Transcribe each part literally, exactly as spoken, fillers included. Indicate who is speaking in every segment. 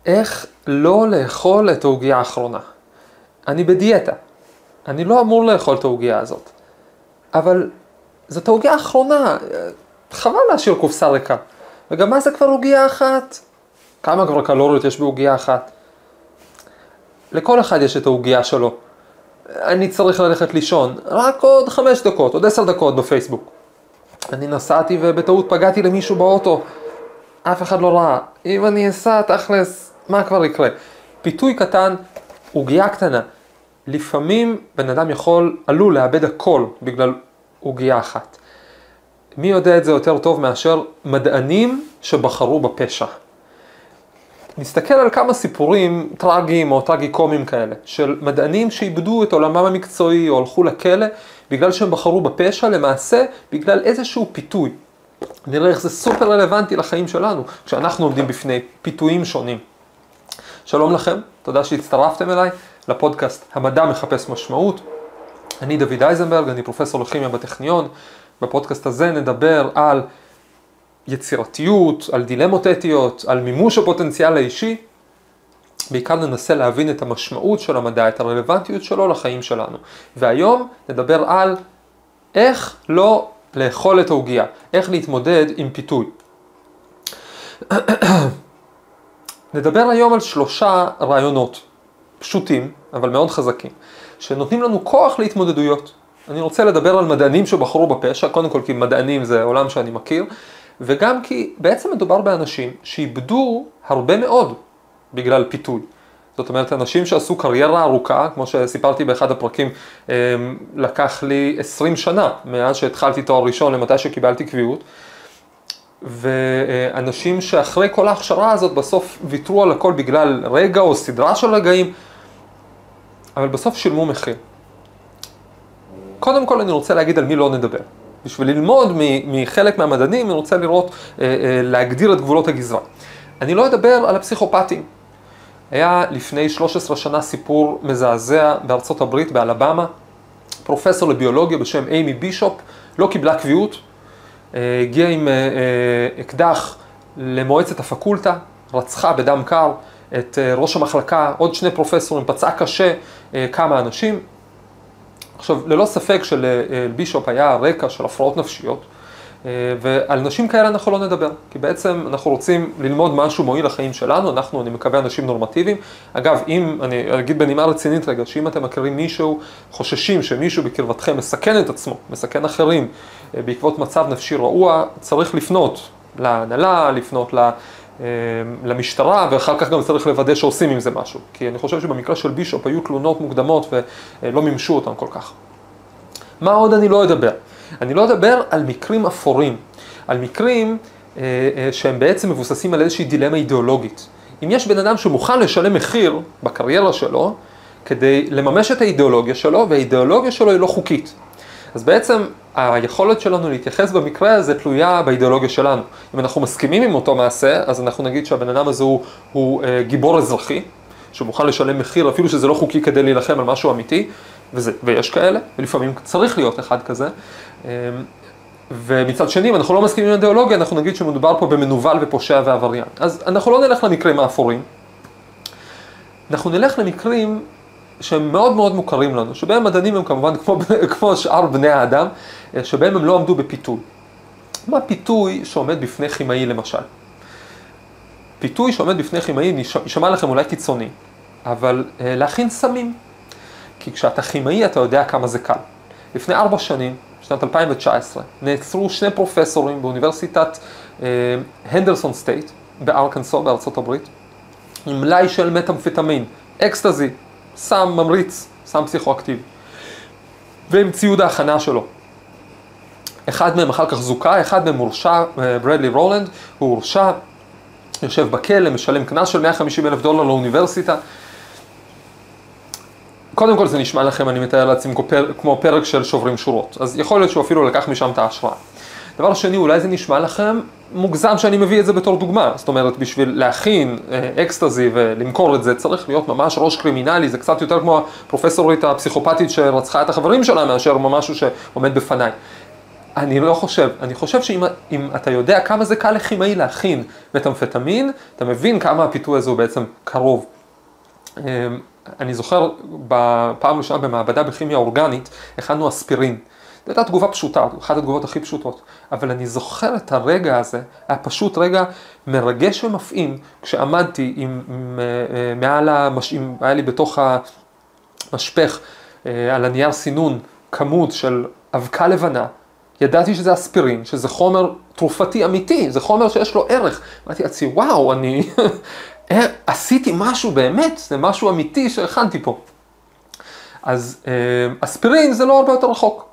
Speaker 1: איך לא לאכול את העוגיה האחרונה. אני בדיאטה, אני לא אמור לאכול את העוגיה הזאת, אבל זאת העוגיה האחרונה, חבל להשאיר קופסה ריקה. וגם מה זה כבר עוגיה אחת? כמה כבר קלוריות יש בעוגיה אחת? לכל אחד יש את העוגיה שלו. אני צריך ללכת לישון, רק עוד חמש דקות, עוד עשר דקות בפייסבוק. אני נסעתי ובטעות פגעתי למישהו באוטו, אף אחד לא ראה. אם אני אסע, תכלס, מה כבר יקרה? פיתוי קטן, עוגיה קטנה. לפעמים בן אדם יכול, עלול לאבד הכל בגלל עוגיה אחת. מי יודע את זה יותר טוב מאשר מדענים שבחרו בפשע? נסתכל על כמה סיפורים טרגיים או טרגיקומיים כאלה, של מדענים שאיבדו את עולמם המקצועי או הלכו לכלא, בגלל שהם בחרו בפשע, למעשה בגלל איזשהו פיתוי. נראה איך זה סופר רלוונטי לחיים שלנו, כשאנחנו עומדים בפני פיתויים שונים. שלום לכם, תודה שהצטרפתם אליי לפודקאסט המדע מחפש משמעות. אני דוד אייזנברג, אני פרופסור לכימיה בטכניון. בפודקאסט הזה נדבר על יצירתיות, על דילמות אתיות, על מימוש הפוטנציאל האישי. בעיקר ננסה להבין את המשמעות של המדע, את הרלוונטיות שלו לחיים שלנו. והיום נדבר על איך לא לאכול את העוגיה, איך להתמודד עם פיתוי. נדבר היום על שלושה רעיונות פשוטים, אבל מאוד חזקים, שנותנים לנו כוח להתמודדויות. אני רוצה לדבר על מדענים שבחרו בפשע, קודם כל כי מדענים זה עולם שאני מכיר, וגם כי בעצם מדובר באנשים שאיבדו הרבה מאוד בגלל פיתוי. זאת אומרת, אנשים שעשו קריירה ארוכה, כמו שסיפרתי באחד הפרקים, לקח לי עשרים שנה מאז שהתחלתי תואר ראשון למתי שקיבלתי קביעות, ואנשים שאחרי כל ההכשרה הזאת בסוף ויתרו על הכל בגלל רגע או סדרה של רגעים, אבל בסוף שילמו מחיר. קודם כל אני רוצה להגיד על מי לא נדבר. בשביל ללמוד מחלק מהמדענים, אני רוצה לראות, להגדיר את גבולות הגזרה. אני לא אדבר על הפסיכופטים. היה לפני שלוש עשרה שנה סיפור מזעזע בארצות הברית, באלבמה. פרופסור לביולוגיה בשם אימי בישופ, לא קיבלה קביעות, הגיעה עם אקדח למועצת הפקולטה, רצחה בדם קר את ראש המחלקה, עוד שני פרופסורים, פצעה קשה כמה אנשים. עכשיו, ללא ספק שלבישופ היה רקע של הפרעות נפשיות, ועל נשים כאלה אנחנו לא נדבר, כי בעצם אנחנו רוצים ללמוד משהו מועיל לחיים שלנו, אנחנו, אני מקווה, אנשים נורמטיביים. אגב, אם, אני אגיד בנימה רצינית רגע, שאם אתם מכירים מישהו, חוששים שמישהו בקרבתכם מסכן את עצמו, מסכן אחרים, בעקבות מצב נפשי רעוע, צריך לפנות להנהלה, לפנות למשטרה, ואחר כך גם צריך לוודא שעושים עם זה משהו. כי אני חושב שבמקרה של בישופ היו תלונות מוקדמות ולא מימשו אותן כל כך. מה עוד אני לא אדבר? אני לא אדבר על מקרים אפורים, על מקרים אה, אה, שהם בעצם מבוססים על איזושהי דילמה אידיאולוגית. אם יש בן אדם שמוכן לשלם מחיר בקריירה שלו, כדי לממש את האידיאולוגיה שלו, והאידיאולוגיה שלו היא לא חוקית. אז בעצם היכולת שלנו להתייחס במקרה הזה תלויה באידיאולוגיה שלנו. אם אנחנו מסכימים עם אותו מעשה, אז אנחנו נגיד שהבן אדם הזה הוא, הוא אה, גיבור אזרחי, שמוכן לשלם מחיר, אפילו שזה לא חוקי כדי להילחם על משהו אמיתי, וזה, ויש כאלה, ולפעמים צריך להיות אחד כזה. ומצד שני, אם אנחנו לא מסכימים עם אידיאולוגיה, אנחנו נגיד שמדובר פה במנוול ופושע ועבריין. אז אנחנו לא נלך למקרים האפורים, אנחנו נלך למקרים שהם מאוד מאוד מוכרים לנו, שבהם מדענים הם כמובן כמו, כמו שאר בני האדם, שבהם הם לא עמדו בפיתוי. מה פיתוי שעומד בפני כימאי למשל? פיתוי שעומד בפני כימאי יישמע לכם אולי קיצוני, אבל להכין סמים. כי כשאתה כימאי אתה יודע כמה זה קל. לפני ארבע שנים, בשנת אלפיים תשע עשרה, נעצרו שני פרופסורים באוניברסיטת אה, הנדרסון סטייט, בארקנסו, בארצות הברית, עם מלאי של מטאמפטמין, אקסטזי, סם ממריץ, סם פסיכואקטיבי, ועם ציוד ההכנה שלו. אחד מהם אחר כך זוכה, אחד מהם הורשע, ברדלי רולנד, הוא הורשע, יושב בכלא, משלם קנס של מאה וחמישים אלף דולר לאוניברסיטה. קודם כל זה נשמע לכם, אני מתאר לעצמי, כמו פרק של שוברים שורות. אז יכול להיות שהוא אפילו לקח משם את ההשראה. דבר שני, אולי זה נשמע לכם מוגזם שאני מביא את זה בתור דוגמה. זאת אומרת, בשביל להכין אקסטזי ולמכור את זה, צריך להיות ממש ראש קרימינלי. זה קצת יותר כמו הפרופסורית הפסיכופתית שרצחה את החברים שלה, מאשר משהו שעומד בפניי. אני לא חושב, אני חושב שאם אם אתה יודע כמה זה קל לכימאי להכין מטמפטמין, אתה מבין כמה הפיתוי הזה הוא בעצם קרוב. אני זוכר בפעם ראשונה במעבדה בכימיה אורגנית, הכנו אספירין. זו הייתה תגובה פשוטה, אחת התגובות הכי פשוטות, אבל אני זוכר את הרגע הזה, היה פשוט רגע מרגש ומפעים, כשעמדתי עם, עם, מעל המש... היה לי בתוך המשפך, על הנייר סינון, כמות של אבקה לבנה, ידעתי שזה אספירין, שזה חומר תרופתי אמיתי, זה חומר שיש לו ערך. אמרתי לעצמי, וואו, אני עשיתי משהו באמת, זה משהו אמיתי שהכנתי פה. אז אספירין זה לא הרבה יותר רחוק.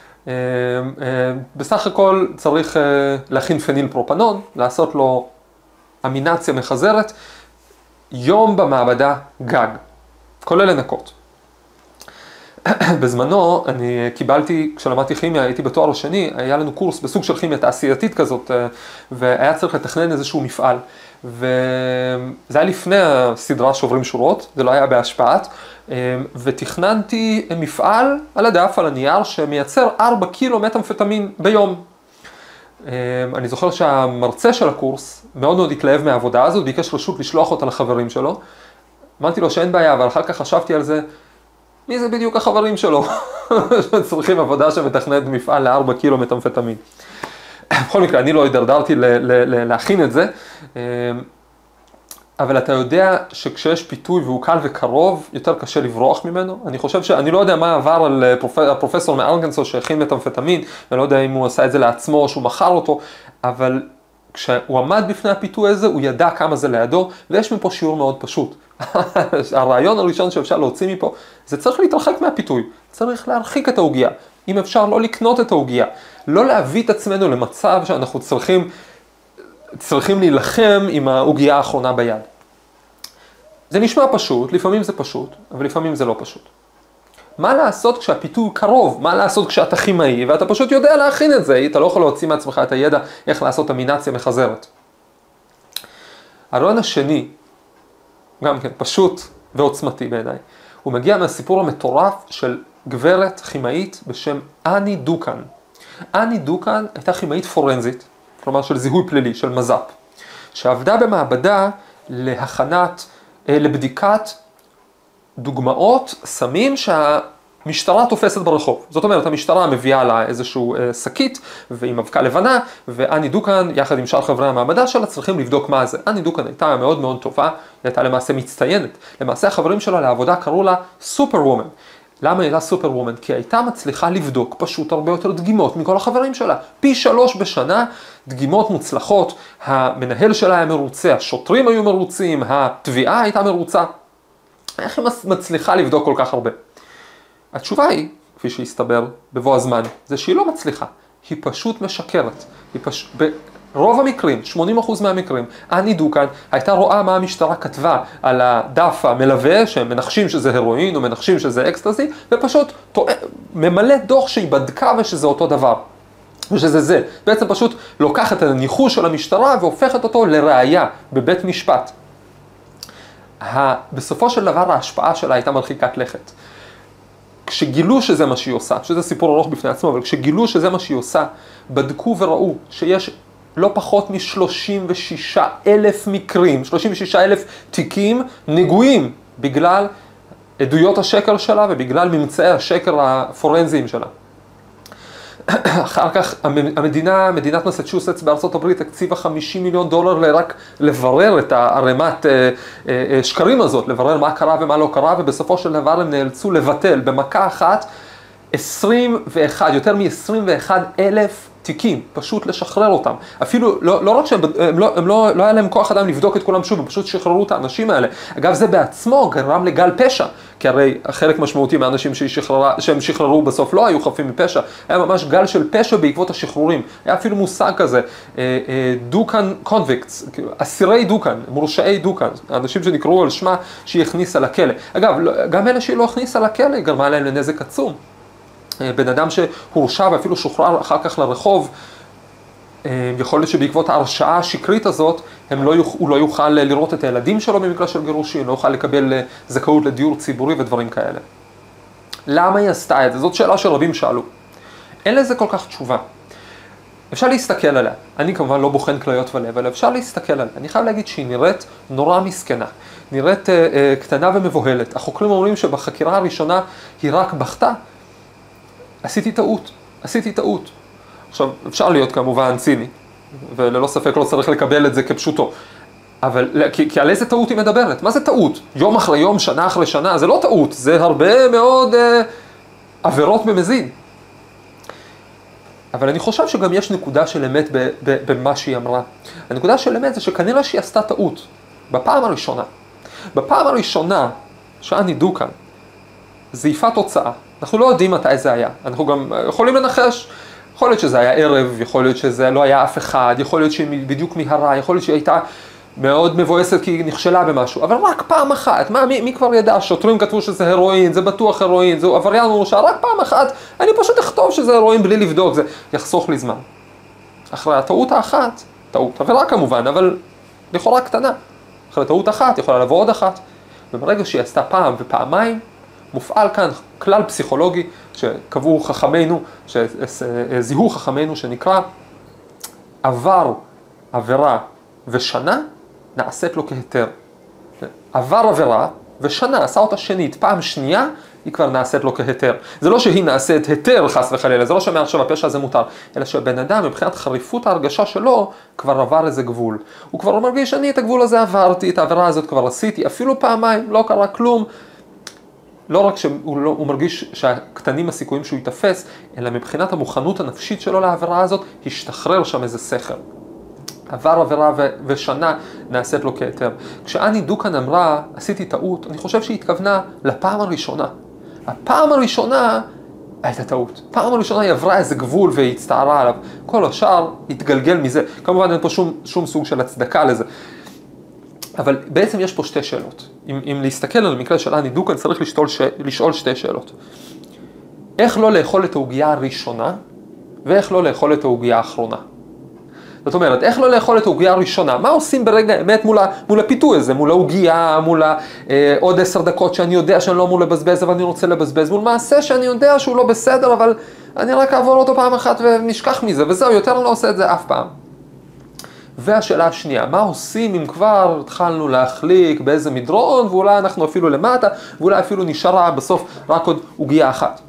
Speaker 1: בסך הכל צריך להכין פניל פרופנון, לעשות לו אמינציה מחזרת, יום במעבדה גג, כולל לנקות. בזמנו אני קיבלתי, כשלמדתי כימיה, הייתי בתואר השני, היה לנו קורס בסוג של כימיה תעשייתית כזאת, והיה צריך לתכנן איזשהו מפעל. וזה היה לפני הסדרה שוברים שורות, זה לא היה בהשפעת, ותכננתי מפעל על הדף, על הנייר, שמייצר ארבע קילו מטמפטמין ביום. אני זוכר שהמרצה של הקורס מאוד מאוד התלהב מהעבודה הזאת, ביקש רשות לשלוח אותה לחברים שלו. אמרתי לו שאין בעיה, אבל אחר כך חשבתי על זה, מי זה בדיוק החברים שלו? צריכים עבודה שמתכננת מפעל לארבע קילו מטמפטמין. בכל מקרה, אני לא הידרדרתי להכין את זה, אבל אתה יודע שכשיש פיתוי והוא קל וקרוב, יותר קשה לברוח ממנו. אני חושב שאני לא יודע מה עבר על הפרופסור מארגנסו שהכין מטמפטמין, ואני לא יודע אם הוא עשה את זה לעצמו או שהוא מכר אותו, אבל כשהוא עמד בפני הפיתוי הזה, הוא ידע כמה זה לידו, ויש מפה שיעור מאוד פשוט. הרעיון הראשון שאפשר להוציא מפה, זה צריך להתרחק מהפיתוי, צריך להרחיק את העוגיה. אם אפשר לא לקנות את העוגיה, לא להביא את עצמנו למצב שאנחנו צריכים, צריכים להילחם עם העוגיה האחרונה ביד. זה נשמע פשוט, לפעמים זה פשוט, אבל לפעמים זה לא פשוט. מה לעשות כשהפיתוי קרוב? מה לעשות כשאתה כימאי, ואתה פשוט יודע להכין את זה, אתה לא יכול להוציא מעצמך את הידע איך לעשות אמינציה מחזרת. הרעיון השני, גם כן פשוט ועוצמתי בעיניי, הוא מגיע מהסיפור המטורף של גברת כימאית בשם אני דוקן. אני דוקן הייתה כימאית פורנזית, כלומר של זיהוי פלילי, של מז"פ, שעבדה במעבדה להכנת, לבדיקת דוגמאות סמים שהמשטרה תופסת ברחוב. זאת אומרת, המשטרה מביאה לה איזשהו שקית ועם אבקה לבנה, ואני דוקן יחד עם שאר חברי המעבדה שלה צריכים לבדוק מה זה. אני דוקן הייתה מאוד מאוד טובה, היא הייתה למעשה מצטיינת. למעשה החברים שלה לעבודה קראו לה סופר וומן. למה היא הייתה סופר וומן? כי הייתה מצליחה לבדוק פשוט הרבה יותר דגימות מכל החברים שלה. פי שלוש בשנה, דגימות מוצלחות, המנהל שלה היה מרוצה, השוטרים היו מרוצים, התביעה הייתה מרוצה. איך היא מצליחה לבדוק כל כך הרבה? התשובה היא, כפי שהסתבר בבוא הזמן, זה שהיא לא מצליחה, היא פשוט משקרת. היא פש... ברוב המקרים, שמונים אחוז מהמקרים, אני דוקן הייתה רואה מה המשטרה כתבה על הדף המלווה, שהם מנחשים שזה הרואין או מנחשים שזה אקסטזי, ופשוט תוא... ממלא דוח שהיא בדקה ושזה אותו דבר. ושזה זה. בעצם פשוט לוקחת את הניחוש של המשטרה והופכת אותו לראיה בבית משפט. בסופו של דבר ההשפעה שלה הייתה מרחיקת לכת. כשגילו שזה מה שהיא עושה, שזה סיפור ארוך בפני עצמו, אבל כשגילו שזה מה שהיא עושה, בדקו וראו שיש לא פחות מ-שלושים ושישה אלף מקרים, שלושים ושישה אלף תיקים נגועים בגלל עדויות השקר שלה ובגלל ממצאי השקר הפורנזיים שלה. אחר כך המדינה, מדינת מסצ'וסטס בארצות הברית, הקציבה חמישים מיליון דולר רק לברר את הערימת שקרים הזאת, לברר מה קרה ומה לא קרה, ובסופו של דבר הם נאלצו לבטל במכה אחת עשרים ואחת, יותר מ-עשרים ואחד אלף תיקים, פשוט לשחרר אותם. אפילו, לא, לא רק שהם הם לא, הם לא, לא היה להם כוח אדם לבדוק את כולם שוב, הם פשוט שחררו את האנשים האלה. אגב, זה בעצמו גרם לגל פשע, כי הרי חלק משמעותי מהאנשים שהם שחררו בסוף לא היו חפים מפשע, היה ממש גל של פשע בעקבות השחרורים. היה אפילו מושג כזה, דוקן קונביקטס, אסירי דוקן, מורשעי דוקן, האנשים שנקראו על שמה שהיא הכניסה לכלא. אגב, גם אלה שהיא לא הכניסה לכלא, גרמה להם לנזק עצום. בן אדם שהורשע ואפילו שוחרר אחר כך לרחוב, יכול להיות שבעקבות ההרשעה השקרית הזאת, לא יוכ... הוא לא יוכל לראות את הילדים שלו במקרה של גירושים, לא יוכל לקבל זכאות לדיור ציבורי ודברים כאלה. למה היא עשתה את זה? זאת שאלה שרבים שאלו. אין לזה כל כך תשובה. אפשר להסתכל עליה. אני כמובן לא בוחן כליות ולב, אבל אפשר להסתכל עליה. אני חייב להגיד שהיא נראית נורא מסכנה. נראית אה, אה, קטנה ומבוהלת. החוקרים אומרים שבחקירה הראשונה היא רק בכתה. עשיתי טעות. עשיתי טעות. עכשיו, אפשר להיות כמובן ציני, וללא ספק לא צריך לקבל את זה כפשוטו. אבל, כי, כי על איזה טעות היא מדברת? מה זה טעות? יום אחרי יום, שנה אחרי שנה, זה לא טעות. זה הרבה מאוד אה, עבירות במזיד. אבל אני חושב שגם יש נקודה של אמת במה שהיא אמרה. הנקודה של אמת זה שכנראה שהיא עשתה טעות. בפעם הראשונה. בפעם הראשונה שאני דוקן, זייפה תוצאה. אנחנו לא יודעים מתי זה היה. אנחנו גם יכולים לנחש. יכול להיות שזה היה ערב, יכול להיות שזה לא היה אף אחד, יכול להיות שהיא בדיוק מהרה, יכול להיות שהיא הייתה מאוד מבואסת כי היא נכשלה במשהו. אבל רק פעם אחת. מה, מי, מי כבר ידע? שוטרים כתבו שזה הרואין, זה בטוח הרואין, זה עבריין מורשע. רק פעם אחת, אני פשוט אכתוב שזה הרואין בלי לבדוק, זה יחסוך לי זמן. אחרי הטעות האחת, טעות, עבירה כמובן, אבל לכאורה קטנה. אחרי טעות אחת, יכולה לבוא עוד אחת. וברגע שהיא עשתה פעם ופעמיים, מופעל כאן כלל פסיכולוגי שקבעו חכמינו, שזיהו חכמינו, שנקרא עבר, עבירה ושנה, נעשית לו כהיתר. עבר עבירה ושנה, עשה אותה שנית, פעם שנייה, היא כבר נעשית לו כהיתר. זה לא שהיא נעשית היתר חס וחלילה, זה לא שמעכשיו הפשע הזה מותר, אלא שהבן אדם מבחינת חריפות ההרגשה שלו, כבר עבר איזה גבול. הוא כבר מרגיש, אני את הגבול הזה עברתי, את העבירה הזאת כבר עשיתי, אפילו פעמיים, לא קרה כלום. לא רק שהוא לא, הוא מרגיש שהקטנים הסיכויים שהוא יתפס, אלא מבחינת המוכנות הנפשית שלו לעבירה הזאת, השתחרר שם איזה סכר. עבר עבירה ו- ושנה נעשית לו כהיתר. כשאני דוקן אמרה, עשיתי טעות, אני חושב שהיא התכוונה לפעם הראשונה. הפעם הראשונה הייתה טעות. פעם הראשונה היא עברה איזה גבול והיא הצטערה עליו. כל השאר התגלגל מזה. כמובן אין פה שום, שום סוג של הצדקה לזה. אבל בעצם יש פה שתי שאלות. אם, אם להסתכל על המקרה של אני דוקן, צריך לשאול, ש... לשאול שתי שאלות. איך לא לאכול את ההוגיה הראשונה, ואיך לא לאכול את ההוגיה האחרונה. זאת אומרת, איך לא לאכול את ההוגיה הראשונה? מה עושים ברגע האמת מול, ה... מול הפיתוי הזה, מול ההוגיה, מול ה... אה, עוד עשר דקות שאני יודע שאני לא אמור לבזבז, אבל אני רוצה לבזבז, מול מעשה שאני יודע שהוא לא בסדר, אבל אני רק אעבור אותו פעם אחת ונשכח מזה, וזהו, יותר אני לא עושה את זה אף פעם. והשאלה השנייה, מה עושים אם כבר התחלנו להחליק באיזה מדרון, ואולי אנחנו אפילו למטה, ואולי אפילו נשארה בסוף רק עוד הוגיה אחת.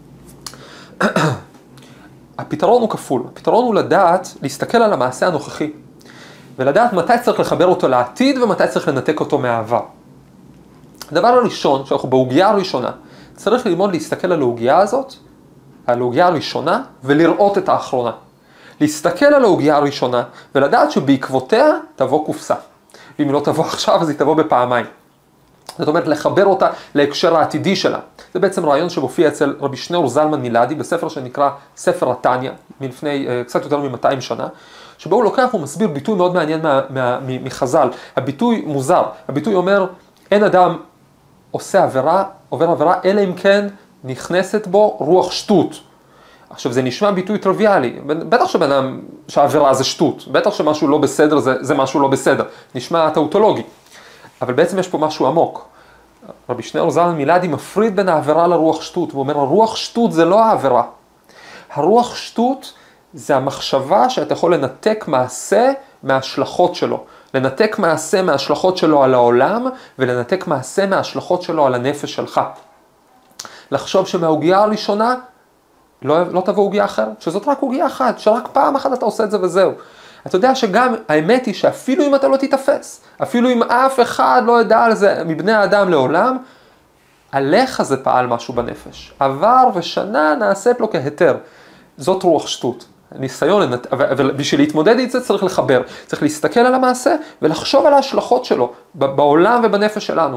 Speaker 1: הפתרון הוא כפול. הפתרון הוא לדעת, להסתכל על המעשה הנוכחי, ולדעת מתי צריך לחבר אותו לעתיד, ומתי צריך לנתק אותו מהעבר. הדבר הראשון, שאנחנו בהוגיה הראשונה, צריך ללמוד להסתכל על ההוגיה הזאת, על ההוגיה הראשונה, ולראות את האחרונה. להסתכל על ההוגיה הראשונה, ולדעת שבעקבותיה תבוא קופסה. ואם היא לא תבוא עכשיו, אז היא תבוא בפעמיים. זאת אומרת, לחבר אותה להקשר העתידי שלה. זה בעצם רעיון שמופיע אצל רבי שניאור זלמן מילדי, בספר שנקרא ספר התניא, מלפני קצת יותר מ-מאתיים שנה, שבו הוא לוקח ומסביר ביטוי מאוד מעניין מה, מה, מחז"ל. הביטוי מוזר. הביטוי אומר, אין אדם עושה עבירה, עובר עבירה, אלא אם כן נכנסת בו רוח שטות. עכשיו, זה נשמע ביטוי טריוויאלי, בטח שבנם, שהעבירה זה שטות, בטח שמשהו לא בסדר זה, זה משהו לא בסדר, נשמע טאוטולוגי, אבל בעצם יש פה משהו עמוק. רבי שניאור זלמן מילדי מפריד בין העבירה לרוח שטות, והוא אומר, הרוח שטות זה לא העבירה. הרוח שטות זה המחשבה שאתה יכול לנתק מעשה מההשלכות שלו, לנתק מעשה מההשלכות שלו על העולם, ולנתק מעשה מההשלכות שלו על הנפש שלך. לחשוב שמההוגיה הראשונה, לא, לא תבוא הוגיה אחרת, שזאת רק הוגיה אחת, שרק פעם אחת אתה עושה את זה וזהו. אתה יודע שגם האמת היא שאפילו אם אתה לא תתאפס, אפילו אם אף אחד לא ידע על זה מבני האדם לעולם, עליך זה פעל משהו בנפש. עבר ושנה נעשית לו כהיתר. זאת רוח שטות. ניסיון, אבל בשביל להתמודד עם זה צריך לחבר. צריך להסתכל על המעשה ולחשוב על ההשלכות שלו בעולם ובנפש שלנו.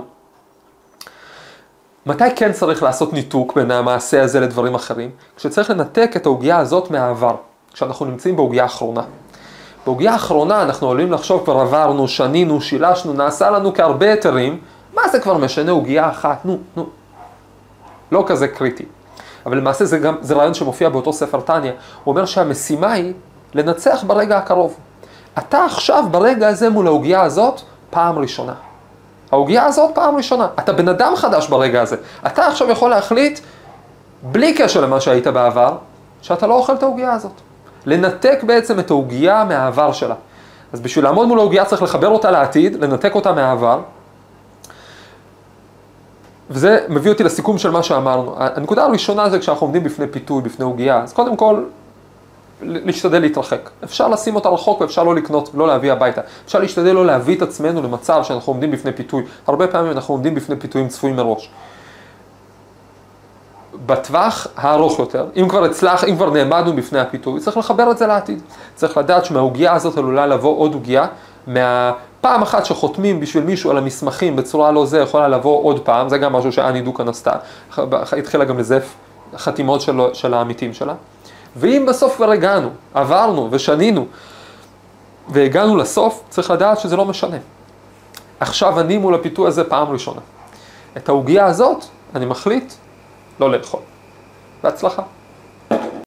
Speaker 1: מתי כן צריך לעשות ניתוק בין המעשה הזה לדברים אחרים? כשצריך לנתק את ההוגיה הזאת מהעבר, כשאנחנו נמצאים בהוגיה האחרונה. בהוגיה האחרונה אנחנו עולים לחשוב, כבר עברנו, שנינו, שילשנו, נעשה לנו כהרבה היתרים, מה זה כבר משנה הוגיה אחת? נו, נו. לא כזה קריטי. אבל למעשה זה גם, זה רעיון שמופיע באותו ספר תניא, הוא אומר שהמשימה היא לנצח ברגע הקרוב. אתה עכשיו ברגע הזה מול ההוגיה הזאת, פעם ראשונה. ההוגיה הזאת פעם ראשונה. אתה בן אדם חדש ברגע הזה. אתה עכשיו יכול להחליט, בלי קשר למה שהיית בעבר, שאתה לא אוכל את ההוגיה הזאת. לנתק בעצם את העוגיה מהעבר שלה. אז בשביל לעמוד מול העוגיה צריך לחבר אותה לעתיד, לנתק אותה מהעבר. וזה מביא אותי לסיכום של מה שאמרנו. הנקודה הראשונה זה כשאנחנו עומדים בפני פיתוי, בפני עוגיה, אז קודם כל, להשתדל להתרחק. אפשר לשים אותה רחוק ואפשר לא לקנות, לא להביא הביתה. אפשר להשתדל לא להביא את עצמנו למצב שאנחנו עומדים בפני פיתוי. הרבה פעמים אנחנו עומדים בפני פיתויים צפויים מראש. בטווח הארוך יותר, אם כבר הצלח, אם כבר נעמדנו בפני הפיתוי, צריך לחבר את זה לעתיד. צריך לדעת שמהעוגיה הזאת עלולה לבוא עוד עוגיה, מהפעם אחת שחותמים בשביל מישהו על המסמכים בצורה לא זה, יכולה לבוא עוד פעם, זה גם משהו שאני דוקן עשתה, התחילה גם לזף חתימות של, של העמיתים שלה. ואם בסוף כבר הגענו, עברנו ושנינו, והגענו לסוף, צריך לדעת שזה לא משנה. עכשיו אני מול הפיתוי הזה פעם ראשונה. את העוגיה הזאת אני מחליט לא לאכול. בהצלחה.